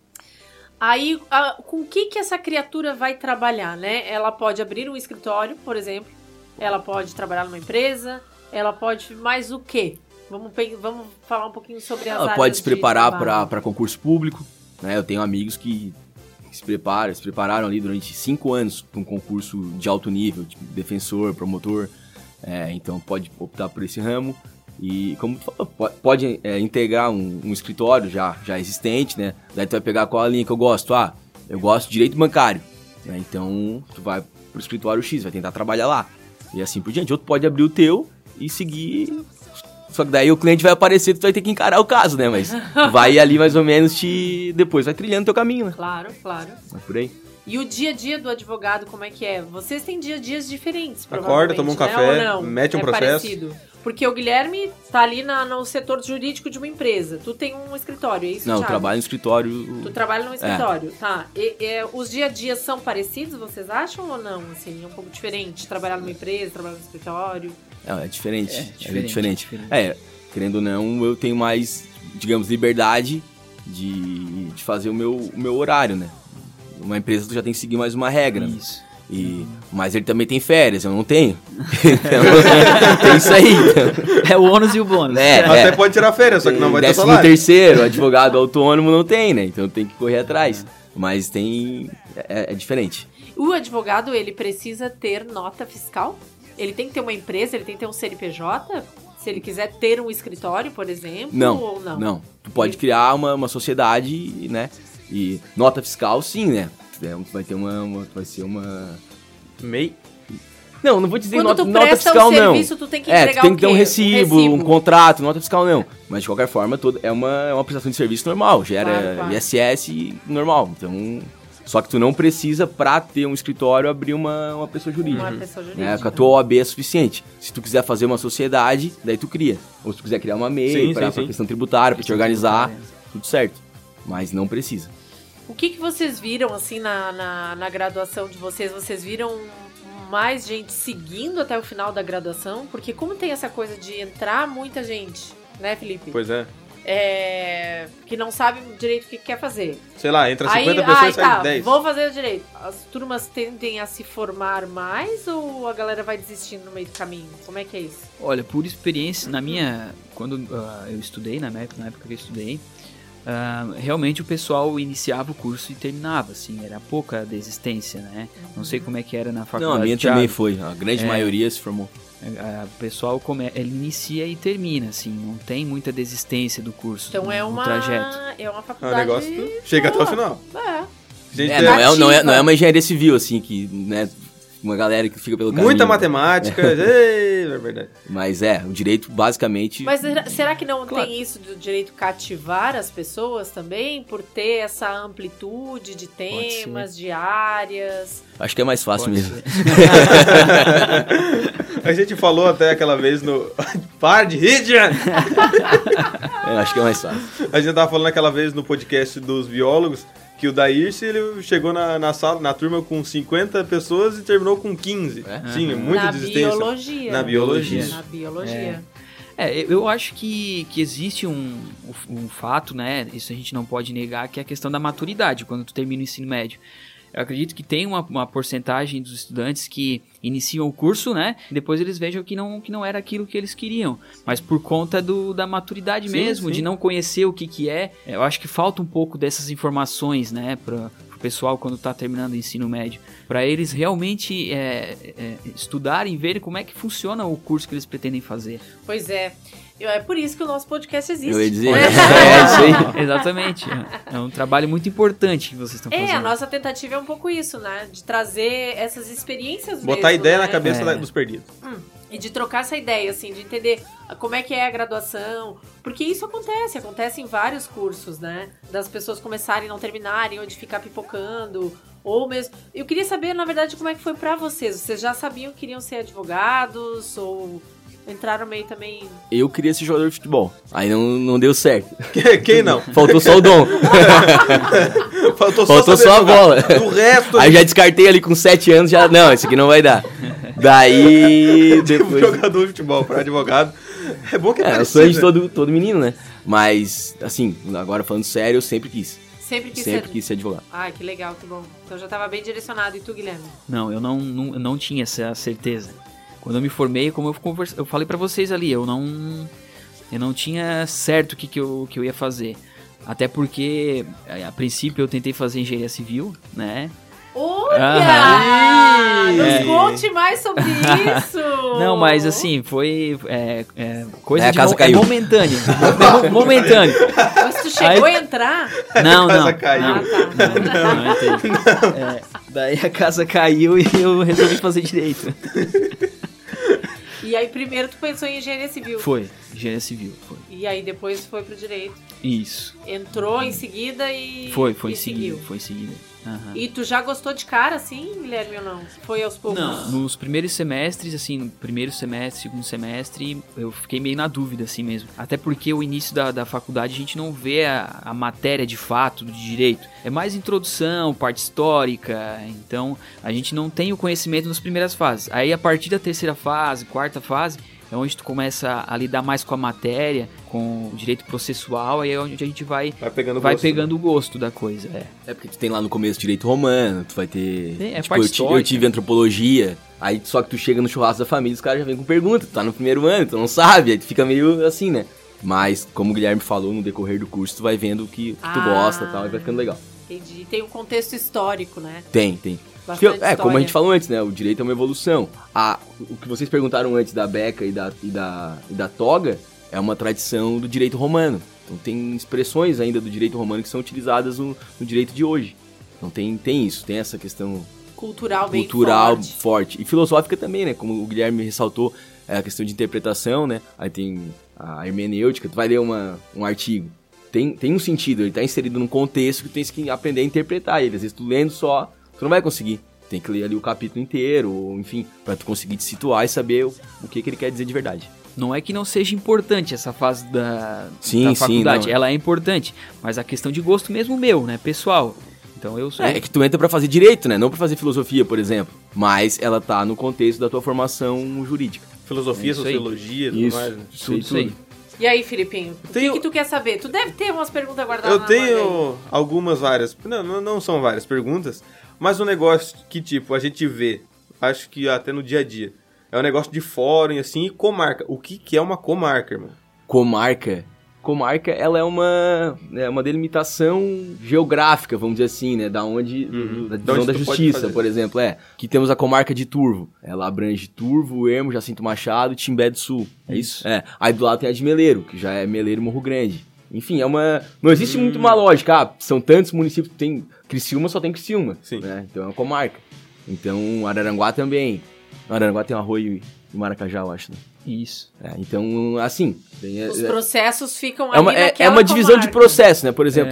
Aí, com o que essa criatura vai trabalhar, né? Ela pode abrir um escritório, por exemplo. Ela pode trabalhar numa empresa. Ela pode mais o quê? Vamos falar um pouquinho sobre as áreas. Ela pode se preparar trabalho. para concurso público, né? Eu tenho amigos que se prepararam ali durante 5 anos para um concurso de alto nível, tipo defensor, promotor. Então pode optar por esse ramo. E como tu falou, pode integrar um escritório já existente, né? Daí tu vai pegar qual a linha que eu gosto. Eu gosto de direito bancário, né? Então tu vai pro escritório X, vai tentar trabalhar lá. E assim por diante. Outro pode abrir o teu e seguir. Só que daí o cliente vai aparecer, tu vai ter que encarar o caso, né? Mas tu vai ali mais ou menos depois vai trilhando teu caminho, né? Claro. É por aí. E o dia a dia do advogado, como é que é? Vocês têm dia a dias diferentes, Acorda, provavelmente, toma um né? café, Ou não? mete um processo. Parecido. Porque o Guilherme tá ali no setor jurídico de uma empresa. Tu tem um escritório, é isso, Não, eu Thiago? trabalho no escritório. Tu trabalha no escritório, tá. Os dia a dia são parecidos, vocês acham ou não? Assim, é um pouco diferente trabalhar numa empresa, trabalhar no escritório? É diferente. É diferente. Querendo ou não, eu tenho mais, digamos, liberdade de fazer o meu horário, né? Uma empresa tu já tem que seguir mais uma regra. Isso. Mas ele também tem férias, eu não tenho. Então, tem isso aí. É o ônus e o bônus. Até pode tirar férias, só que não vai ter salário. 13º, advogado autônomo não tem, né? Então tem que correr atrás. Mas tem... É diferente. O advogado, ele precisa ter nota fiscal? Ele tem que ter uma empresa, ele tem que ter um CNPJ? Se ele quiser ter um escritório, por exemplo, ou não? Não. Tu pode criar uma sociedade, né? E nota fiscal, sim, né? Vai ser uma... MEI? Não vou dizer Quando nota fiscal, tu presta um serviço, tu tem que entregar tu tem que ter o um quê? recibo, um contrato, nota fiscal não. Mas de qualquer forma, é uma prestação de serviço normal, gera Claro. ISS normal. Então, só que tu não precisa, pra ter um escritório, abrir uma pessoa jurídica. Uma pessoa Né? jurídica. Com a tua OAB é suficiente. Se tu quiser fazer uma sociedade, daí tu cria. Ou se tu quiser criar uma MEI pra questão tributária, pra te organizar, tudo certo. Mas não precisa. O que vocês viram, assim, na graduação de vocês? Vocês viram mais gente seguindo até o final da graduação? Porque como tem essa coisa de entrar muita gente, né, Felipe? Pois é. Que não sabe direito o que quer fazer. Sei lá, entra 50 pessoas e sai 10. Vou fazer o direito. As turmas tendem a se formar mais ou a galera vai desistindo no meio do caminho? Como é que é isso? Olha, por experiência, quando eu estudei, na época que eu estudei, realmente o pessoal iniciava o curso e terminava, assim, era pouca desistência, né? Não sei como é que era na faculdade. Não, a minha também foi, a grande maioria se formou. O pessoal ele inicia e termina, assim, não tem muita desistência do curso, Então no trajeto. É uma O faculdade... negócio chega até o final. Gente, Não é uma engenharia civil, assim, que, né, uma galera que fica pelo caminho. muita matemática, é verdade. Mas o direito basicamente... Mas será que não tem isso do direito cativar as pessoas também? Por ter essa amplitude de temas, de áreas? Acho que é mais fácil mesmo. A gente falou até aquela vez no... Para de rir, Jean! Acho que é mais fácil. A gente tava falando aquela vez no podcast dos biólogos que o Daírce, ele chegou na sala, na turma com 50 pessoas e terminou com 15. Sim, muita desistência. Na biologia. Na biologia. Eu acho que existe um fato, né? Isso a gente não pode negar, que é a questão da maturidade quando tu termina o ensino médio. Eu acredito que tem uma porcentagem dos estudantes que iniciam o curso, né? Depois eles vejam que não era aquilo que eles queriam. Mas por conta da maturidade mesmo, de não conhecer o que é. Eu acho que falta um pouco dessas informações, né? Pro pessoal quando está terminando o ensino médio. Para eles realmente estudarem e verem como é que funciona o curso que eles pretendem fazer. Pois é. É por isso que o nosso podcast existe. Eu ia dizer. Isso aí. Exatamente. É um trabalho muito importante que vocês estão fazendo. A nossa tentativa é um pouco isso, né? De trazer essas experiências Botar mesmo, ideia né? na cabeça dos perdidos. E de trocar essa ideia, assim, de entender como é que é a graduação. Porque isso acontece em vários cursos, né? Das pessoas começarem e não terminarem, ou de ficar pipocando, ou mesmo... Eu queria saber, na verdade, como é que foi pra vocês. Vocês já sabiam que queriam ser advogados, ou... entraram meio também... Eu queria ser jogador de futebol. Aí não deu certo. Quem não? Faltou só o dom. Faltou só a bola. O resto... Aí já descartei ali com 7 anos, não, esse aqui não vai dar. Daí... Depois... Jogador de futebol para advogado É bom que É o sonho de todo menino, né? Mas, assim, agora falando sério, eu sempre quis. Sempre quis Quis ser advogado. Ai, que legal, que bom. Então já tava bem direcionado. E tu, Guilherme? Não, eu não tinha essa certeza. Quando eu me formei, como eu falei pra vocês ali, eu não tinha certo o que eu ia fazer. Até porque, a princípio, eu tentei fazer engenharia civil, né? Olha! Nos conte mais sobre isso! Não, mas assim, foi coisa A casa caiu. momentânea. Momentâneo. Mas tu chegou a entrar? Não. A casa caiu. Ah, tá. Daí a casa caiu e eu resolvi fazer direito. E aí primeiro tu pensou em engenharia civil. Foi, engenharia civil, foi. E aí depois foi pro direito. Isso. Entrou em seguida e Foi e em seguida, seguiu. foi em seguida. Uhum. E tu já gostou de cara, assim, Guilherme, ou não? Foi aos poucos? Não, nos primeiros semestres, assim, no primeiro semestre, segundo semestre, eu fiquei meio na dúvida, assim mesmo. Até porque o início da faculdade a gente não vê a matéria de fato do direito. É mais introdução, parte histórica, então a gente não tem o conhecimento nas primeiras fases. Aí a partir da terceira fase, quarta fase, é onde tu começa a lidar mais com a matéria, com o direito processual, aí é onde a gente vai pegando o gosto da coisa. É porque tu tem lá no começo direito romano, tu vai ter... parte eu tive antropologia, aí só que tu chega no churrasco da família, os caras já vêm com pergunta, tu tá no primeiro ano, tu não sabe, aí tu fica meio assim, né? Mas, como o Guilherme falou, no decorrer do curso, tu vai vendo o que tu gosta e tal, e vai ficando legal. Entendi. Tem um contexto histórico, né? Tem. Como a gente falou antes, né? O direito é uma evolução. O que vocês perguntaram antes da beca e da toga é uma tradição do direito romano. Então tem expressões ainda do direito romano que são utilizadas no direito de hoje. Então tem isso, tem essa questão cultural bem forte. E filosófica também, né? Como o Guilherme ressaltou, é a questão de interpretação, né? Aí tem a hermenêutica, tu vai ler um artigo. Tem um sentido, ele tá inserido num contexto que tu tens que aprender a interpretar ele. Às vezes tu lendo só, tu não vai conseguir. Tem que ler ali o capítulo inteiro, ou enfim, pra tu conseguir te situar e saber o que ele quer dizer de verdade. Não é que não seja importante essa fase da Sim, faculdade, não. Ela é importante, mas a questão de gosto mesmo meu, né, pessoal. Então eu sou... É que tu entra pra fazer direito, né, não pra fazer filosofia, por exemplo, mas ela tá no contexto da tua formação jurídica. Filosofia, sociologia, tudo mais. Né? Isso aí. E aí, Filipinho, o que tu quer saber? Tu deve ter umas perguntas guardadas Eu na tenho algumas várias, não são várias perguntas, mas um negócio que, tipo, a gente vê, acho que até no dia a dia, é um negócio de fórum, assim, e comarca. O que é uma comarca, irmão? Comarca, ela é uma delimitação geográfica, vamos dizer assim, né? Da onde, da divisão da justiça, por exemplo, que temos a comarca de Turvo. Ela abrange Turvo, Ermo, Jacinto Machado e Timbé do Sul. É isso? Aí do lado tem a de Meleiro, que já é Meleiro e Morro Grande. Enfim, não existe muito uma lógica. São tantos municípios, tem Criciúma, só tem Criciúma. Sim. Né? Então é uma comarca. Então Araranguá também. Araranguá tem um Arroio e Maracajá, eu acho, né? Isso. Então, assim... Os processos ficam ali naquela É uma divisão comarca. de processo, né? Por exemplo,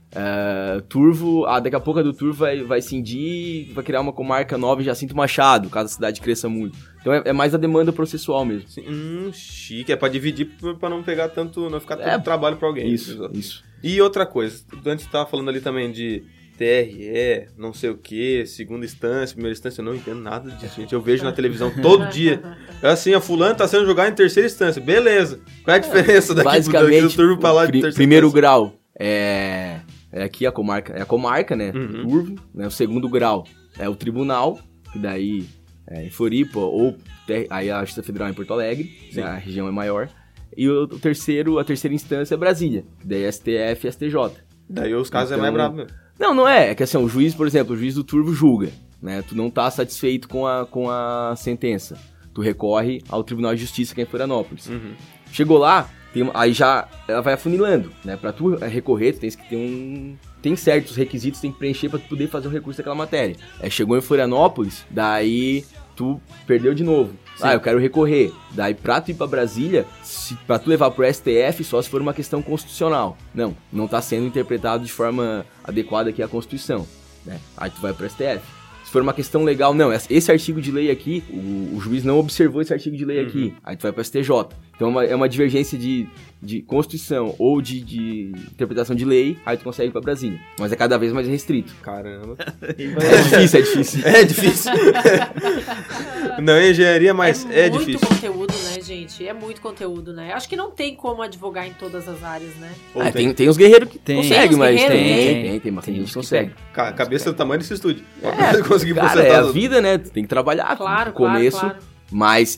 Turvo, daqui a pouco a do Turvo vai cindir, vai criar uma comarca nova em Jacinto Machado, caso a cidade cresça muito. Então é mais a demanda processual mesmo. Chique, é pra dividir, pra não pegar tanto, não ficar tanto trabalho pra alguém. Isso. E outra coisa, antes você tava falando ali também de TRE, não sei o que, segunda instância, primeira instância, eu não entendo nada disso, gente. Eu vejo na televisão todo dia. É assim, a fulano tá sendo julgado em terceira instância. Beleza. Qual é a diferença daqui do Turvo pra lá de terceira primeiro instância? grau é aqui a comarca, né? Turvo, né? O segundo grau é o tribunal, que daí em Floripa, ou aí a Justiça Federal em Porto Alegre, né? A região é maior. E a terceira instância é Brasília, que daí é STF e STJ. Daí os casos é mais brabo mesmo. Não é. É que assim, o juiz, por exemplo, o juiz do Turvo julga, né? Tu não tá satisfeito com a sentença. Tu recorre ao Tribunal de Justiça que é em Florianópolis. Chegou lá, aí já ela vai afunilando, né? Pra tu recorrer, tu tens que ter tem certos requisitos, tem que preencher pra tu poder fazer o recurso daquela matéria. Chegou em Florianópolis, daí tu perdeu de novo. Sim. Eu quero recorrer. Daí pra tu ir pra Brasília, pra tu levar pro STF, só se for uma questão constitucional. Não tá sendo interpretado de forma adequada aqui a Constituição, né? Aí tu vai pro STF. Se for uma questão legal, esse artigo de lei aqui, o juiz não observou esse artigo de lei aqui, aí tu vai pro STJ. Então é uma divergência de Constituição ou de interpretação de lei, aí tu consegue ir pra Brasília. Mas é cada vez mais restrito. Caramba. É difícil. É difícil. Não é engenharia, mas é difícil. Muito conteúdo, né, gente. É muito conteúdo, né? Acho que não tem como advogar em todas as áreas, né? Ou Tem os guerreiros que Tem. conseguem, Tem os mas guerreiros? tem bastante gente que que consegue. A cabeça do tamanho desse estúdio. Conseguir Cara, processar é a tudo. vida, né? Tu tem que trabalhar Claro, no começo. claro. Mas,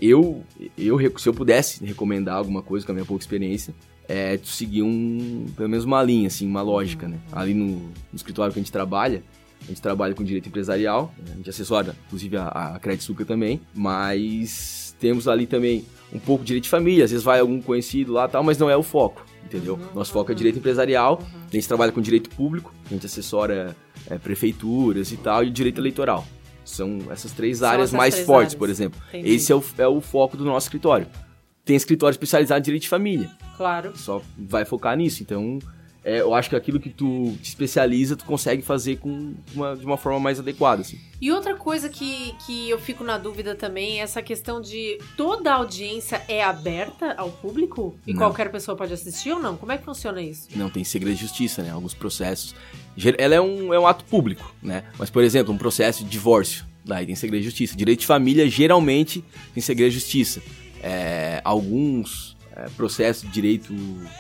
se eu pudesse recomendar alguma coisa com a minha pouca experiência, é tu seguir pelo menos uma linha, assim, uma lógica, né? Ali no escritório que a gente trabalha com direito empresarial, a gente assessora, inclusive, a Credit Succa também, mas temos ali também um pouco de direito de família, às vezes vai algum conhecido lá e tal, mas não é o foco, entendeu? Nosso foco é direito empresarial, a gente trabalha com direito público, a gente assessora prefeituras e tal, e direito eleitoral. São essas três áreas essas mais três fortes, áreas. por exemplo. Entendi. Esse é o foco do nosso escritório. Tem escritório especializado em direito de família, Claro. só vai focar nisso. Então, eu acho que aquilo que tu te especializa, tu consegue fazer de uma forma mais adequada, assim. E outra coisa que eu fico na dúvida também é essa questão de toda a audiência é aberta ao público? E Não. qualquer pessoa pode assistir ou não? Como é que funciona isso? Não, tem segredo de justiça, né? Alguns processos. Ela é um ato público, né? Mas, por exemplo, um processo de divórcio, daí tem segredo de justiça. Direito de família, geralmente, tem segredo de justiça. Alguns processos de direito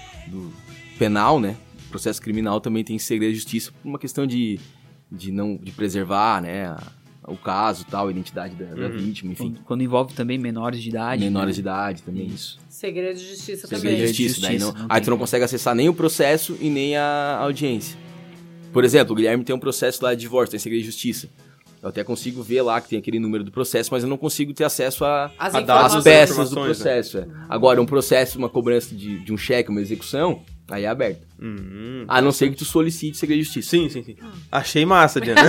penal, né? Processo criminal também tem segredo de justiça por uma questão de preservar, né? O caso, tal, a identidade da vítima, enfim. Quando envolve também menores de idade. Menores né? de idade também, isso. Segredo de justiça Segredo também. de justiça, daí Justiça, não. não Aí tem. tu não consegue acessar nem o processo e nem a audiência. Por exemplo, o Guilherme tem um processo lá de divórcio, tem segredo de justiça. Eu até consigo ver lá que tem aquele número do processo, mas eu não consigo ter acesso As A às dados, peças do informações, né? processo. Agora, um processo, uma cobrança de um cheque, uma execução, aí é aberto. A não ser que tu solicite segredo de justiça. Sim. Achei massa, Diana.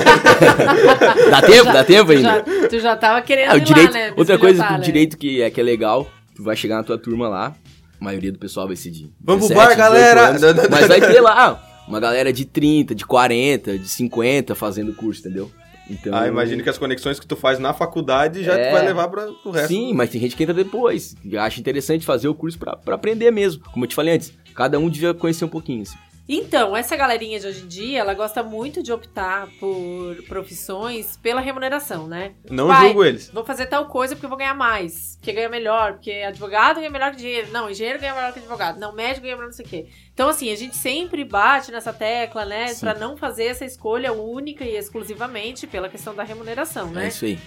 Dá tempo ainda? Tu já tava querendo O ir direito, lá, né? outra coisa Bisbilhotar, do né? direito que é legal, tu vai chegar na tua turma lá, a maioria do pessoal vai ser de Vamos pro 17, bar, galera! 18 anos, mas vai ter lá uma galera de 30, de 40, de 50 fazendo curso, entendeu? Então, Imagino que as conexões que tu faz na faculdade já tu vai levar pro resto. Sim, mas tem gente que entra depois, que acha interessante fazer o curso pra aprender mesmo. Como eu te falei antes, cada um devia conhecer um pouquinho, assim. Então, essa galerinha de hoje em dia, ela gosta muito de optar por profissões pela remuneração, né? Não julgo eles. Vou fazer tal coisa porque eu vou ganhar mais, porque ganha melhor, porque advogado ganha melhor que engenheiro. Não, engenheiro ganha melhor que advogado. Não, médico ganha melhor não sei o quê. Então, assim, a gente sempre bate nessa tecla, né? Sim. Pra não fazer essa escolha única e exclusivamente pela questão da remuneração, né? É isso aí.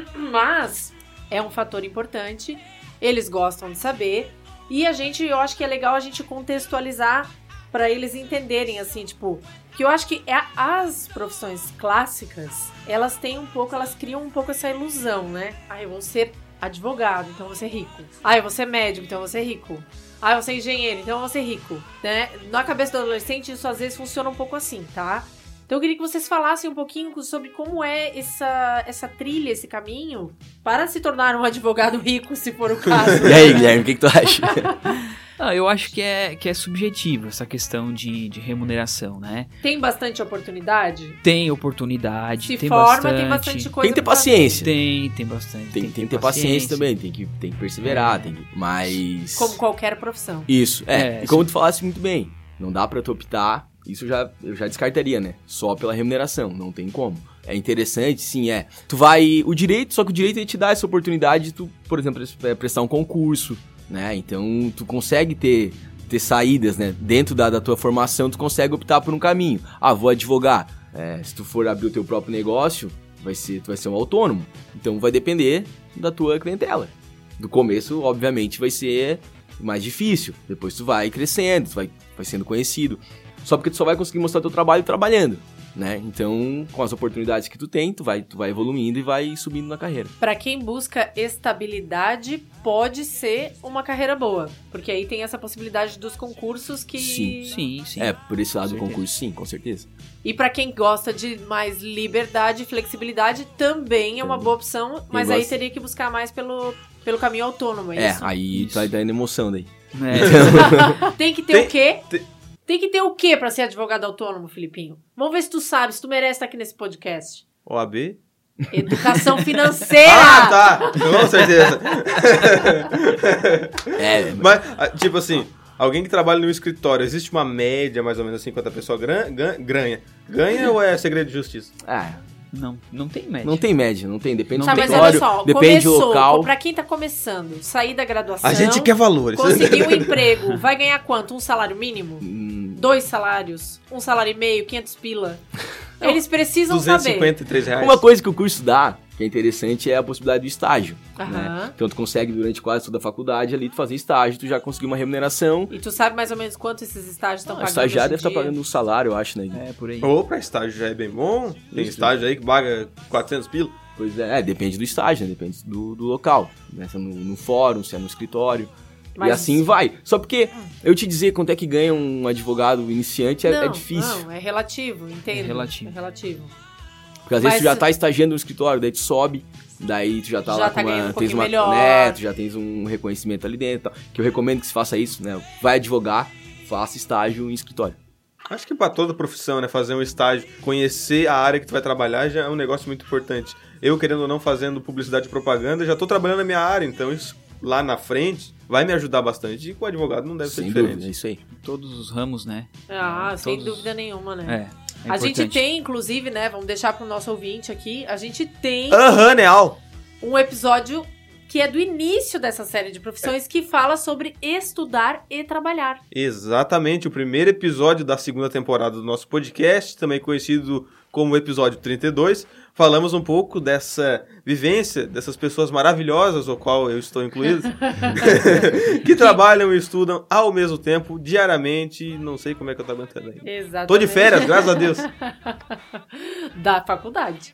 Mas é um fator importante, eles gostam de saber, e eu acho que é legal a gente contextualizar pra eles entenderem, assim, tipo, que eu acho que as profissões clássicas, elas criam um pouco essa ilusão, né? Eu vou ser advogado, então eu vou ser rico. Eu vou ser médico, então eu vou ser rico. Eu vou ser engenheiro, então eu vou ser rico, né? Na cabeça do adolescente, isso às vezes funciona um pouco assim, tá? Então eu queria que vocês falassem um pouquinho sobre como é essa trilha, esse caminho, para se tornar um advogado rico, se for o caso. E aí, Guilherme, o que tu acha? Eu acho que é subjetivo essa questão de remuneração, né? Tem bastante oportunidade? Tem oportunidade, Se tem forma, bastante. tem bastante coisa Tem que ter pra fazer. paciência. Tem bastante. Tem que ter paciência também, tem que perseverar, mas... Como qualquer profissão. Isso, É, e como tu falaste muito bem, não dá pra tu optar, isso eu já descartaria, né? Só pela remuneração, não tem como. É interessante, sim, Tu vai... Só que o direito ele te dá essa oportunidade de tu, por exemplo, prestar um concurso, né? Então, tu consegue ter saídas, né? Dentro da tua formação, tu consegue optar por um caminho. Vou advogar. Se tu for abrir o teu próprio negócio, tu vai ser um autônomo. Então, vai depender da tua clientela. Do começo, obviamente, vai ser mais difícil. Depois tu vai crescendo, tu vai sendo conhecido. Só porque tu só vai conseguir mostrar teu trabalho trabalhando, né? Então, com as oportunidades que tu tem, tu vai evoluindo e vai subindo na carreira. Pra quem busca estabilidade, pode ser uma carreira boa. Porque aí tem essa possibilidade dos concursos que... Sim. Por esse lado do certeza. concurso, sim, com certeza. E pra quem gosta de mais liberdade e flexibilidade, também é uma boa opção. Mas aí gosta. teria que buscar mais pelo caminho autônomo, é isso? Aí Isso. tu vai dando emoção daí. Tem que ter o quê? Tem que ter o quê pra ser advogado autônomo, Filipinho? Vamos ver se tu sabe, se tu merece estar aqui nesse podcast. OAB? Educação financeira! Tá! Com certeza. Mas, tipo assim, alguém que trabalha no escritório, existe uma média, mais ou menos assim, quanto a pessoa ganha? Ganha ou é segredo de justiça? Não tem média. Não tem média, não tem. Depende Tá, do mas olha território, só, depende do começou, local. pra quem tá começando, sair da graduação... A gente quer valores. Conseguir um emprego, vai ganhar quanto? Um salário mínimo? 2 salários? 1 salário e meio? 500 pila? Eles precisam saber. R$253. Uma coisa que o curso dá, que é interessante, é a possibilidade do estágio. Aham. Né? Então tu consegue, durante quase toda a faculdade, ali, tu fazer estágio, tu já conseguiu uma remuneração. E tu sabe mais ou menos quanto esses estágios estão O pagando estagiário hoje deve em estar dia? pagando um salário, eu acho, né? É, por aí. Ou pra estágio já é bem bom. Tem Isso. estágio aí que paga 400 pila. Pois depende do estágio, né? Depende do local. Né? Se é no fórum, se é no escritório. Mas- E assim vai. Só porque eu te dizer quanto é que ganha um advogado iniciante é Não, difícil. Não, é relativo, entendo. É relativo. É relativo. Porque às vezes Mas- tu já tá estagiando no escritório, daí tu sobe, daí tu já tá Já lá tá com ganhando um tens pouquinho uma, melhor. né, tu já tens um reconhecimento ali dentro, e tal. Que eu recomendo que se faça isso, né? Vai advogar, faça estágio em escritório. Acho que pra toda profissão, né? Fazer um estágio, conhecer a área que tu vai trabalhar já é um negócio muito importante. Eu, querendo ou não, fazendo publicidade e propaganda, já tô trabalhando na minha área, então isso lá na frente vai me ajudar bastante. E com o advogado não deve ser Sem diferente. dúvida, é isso aí. Todos os ramos, né? Sem Todos- dúvida nenhuma, né? É A gente importante. tem, inclusive, né? Vamos deixar pro nosso ouvinte aqui. A gente tem Aham, Neal. um episódio que é do início dessa série de profissões que fala sobre estudar e trabalhar. Exatamente, o primeiro episódio da segunda temporada do nosso podcast, também conhecido como episódio 32. Falamos um pouco dessa vivência, dessas pessoas maravilhosas, ao qual eu estou incluído, que trabalham e estudam ao mesmo tempo, diariamente. Não sei como é que eu tô aguentando aí. Exatamente. Tô de férias, graças a Deus. Da faculdade.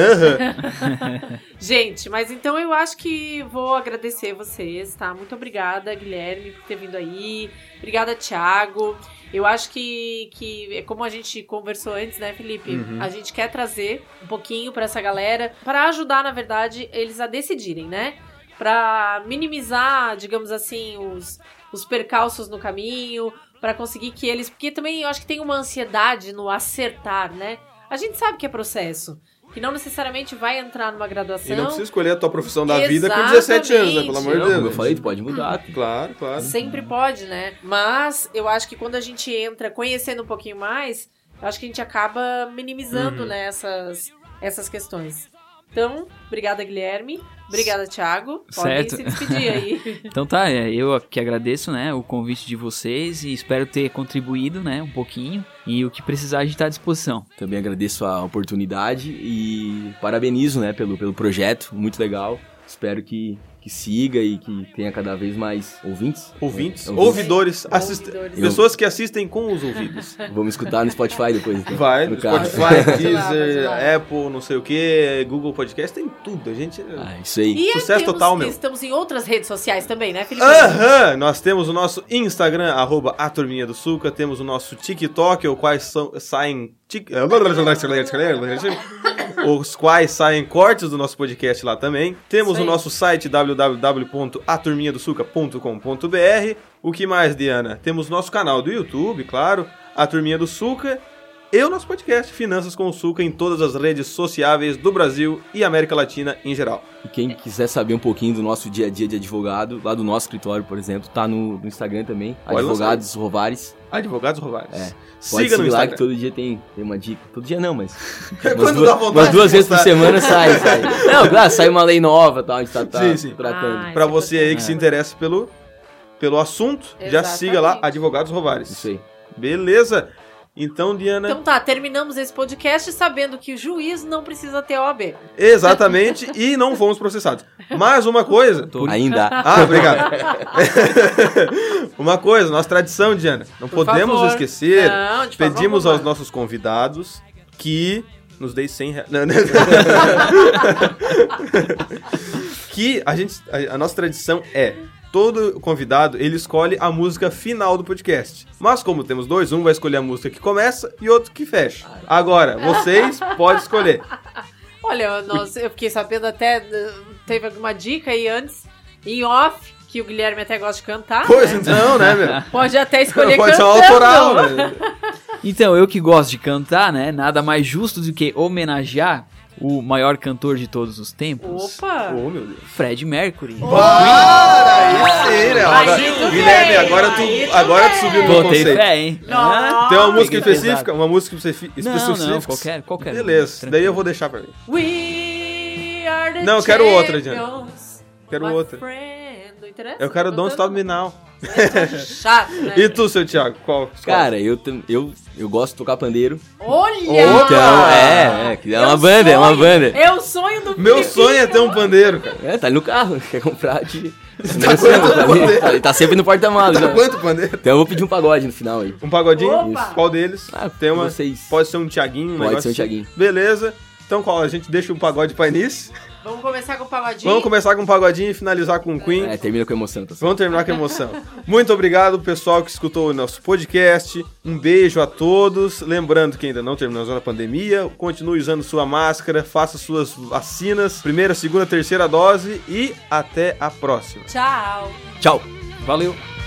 Aham. Gente, mas então eu acho que vou agradecer vocês, tá? Muito obrigada, Guilherme, por ter vindo aí. Obrigada, Thiago. Eu acho que como a gente conversou antes, né, Felipe? A gente quer trazer um pouquinho pra essa galera, pra ajudar, na verdade, eles a decidirem, né? Pra minimizar, digamos assim, os percalços no caminho, pra conseguir que eles... Porque também eu acho que tem uma ansiedade no acertar, né? A gente sabe que é processo. Que não necessariamente vai entrar numa graduação. E não precisa escolher a tua profissão da vida com 17 anos, né? Pelo amor de Não, Deus. como eu falei, tu pode mudar. Claro, claro. Sempre pode, né? Mas eu acho que quando a gente entra conhecendo um pouquinho mais, eu acho que a gente acaba minimizando, né, essas questões. Então, obrigada, Guilherme. Obrigada, Thiago. Podem Certo. se despedir aí. Então tá, eu que agradeço, né, o convite de vocês e espero ter contribuído, né, um pouquinho. E o que precisar a gente tá à disposição. Também agradeço a oportunidade e parabenizo, né, pelo projeto, muito legal. Espero que siga e que tenha cada vez mais ouvintes. Ouvintes, É, ouvidores, Ouvidores. pessoas que assistem com os ouvidos. Vamos escutar no Spotify depois. Então, Vai, no no carro. Spotify, Vai Deezer, lá. Apple, não sei o que, Google Podcast, tem tudo. A gente... Ah, isso aí. E Sucesso total, meu. Estamos em outras redes sociais também, né, Felipe? Aham! Nós temos o nosso Instagram, @a Turminha do Suca, temos o nosso TikTok, os quais saem cortes do nosso podcast lá também. Temos Isso aí. o nosso site www.aturminhadosuca.com.br. O que mais, Diana? Temos nosso canal do YouTube, claro, A Turminha do Suca. E o nosso podcast, Finanças com o Suca, em todas as redes sociáveis do Brasil e América Latina em geral. E quem quiser saber um pouquinho do nosso dia a dia de advogado, lá do nosso escritório, por exemplo, tá no Instagram também, Pode Advogados Rovares. Advogados Rovares. É. Pode Siga no seguir lá que Instagram. todo dia tem uma dica. Todo dia não, mas... Quando dá vontade umas duas de vezes por postar. semana sai. Não, claro, sai uma lei nova e tal, a gente tá Sim. tratando. Ah, Pra isso é você aí que importante. se interessa pelo assunto, já Exatamente. siga lá Advogados Rovares. Isso aí. Beleza? Então, Diana, Então tá, terminamos esse podcast sabendo que o juiz não precisa ter OAB. exatamente, e não fomos processados. Mais uma coisa... Ainda. Ah, obrigado. Uma coisa, nossa tradição, Diana, não Por podemos favor. esquecer, Não, de forma pedimos alguma. aos nossos convidados que nos deem 100 reais. Não, não. Que a nossa tradição é... Todo convidado, ele escolhe a música final do podcast. Mas como temos dois, um vai escolher a música que começa e outro que fecha. Agora, vocês podem escolher. Olha, eu fiquei sabendo até, teve alguma dica aí antes, em off, que o Guilherme até gosta de cantar, Pois né? então, né, meu? Pode até escolher Pode ser uma cantando. autoral, né? Então, eu que gosto de cantar, né, nada mais justo do que homenagear o maior cantor de todos os tempos? Opa! Oh, meu Deus. Fred Mercury. Para, aí, né? Aí tu Guilherme, veio, agora tu subiu no Botei conceito. fé, hein? Não. Tem uma música Peguei específica? pesado. Uma música específica? Não, qualquer. Beleza, Tranquilo. daí eu vou deixar pra mim. We are the Não, eu quero outra, Diana. champions, Quero my outra. friend. Não interessa? Eu quero Don't Stop Me Now. Chato, né? E tu, seu Thiago, qual? Cara, eu gosto de tocar pandeiro. Olha! Então, que é uma banda, é uma banda. É o sonho do Meu Filipinho. sonho é ter um pandeiro, cara. Tá ali no carro, quer comprar, quanto tá sempre no porta-malas. Tá né? quanto pandeiro? Então eu vou pedir um pagode no final aí. Um pagodinho? Opa! Qual deles? Tem uma... Vocês. Pode ser um Thiaguinho, Pode negócio ser um assim. Thiaguinho. Beleza. Então qual? A gente deixa o pagode pra início. Vamos começar com o pagodinho? Vamos começar com um pagodinho e finalizar com um Queen. Termina com emoção, tá certo? Vamos terminar com emoção. Muito obrigado, pessoal que escutou o nosso podcast. Um beijo a todos. Lembrando que ainda não terminou a pandemia, continue usando sua máscara, faça suas vacinas, primeira, segunda, terceira dose e até a próxima. Tchau. Tchau. Valeu.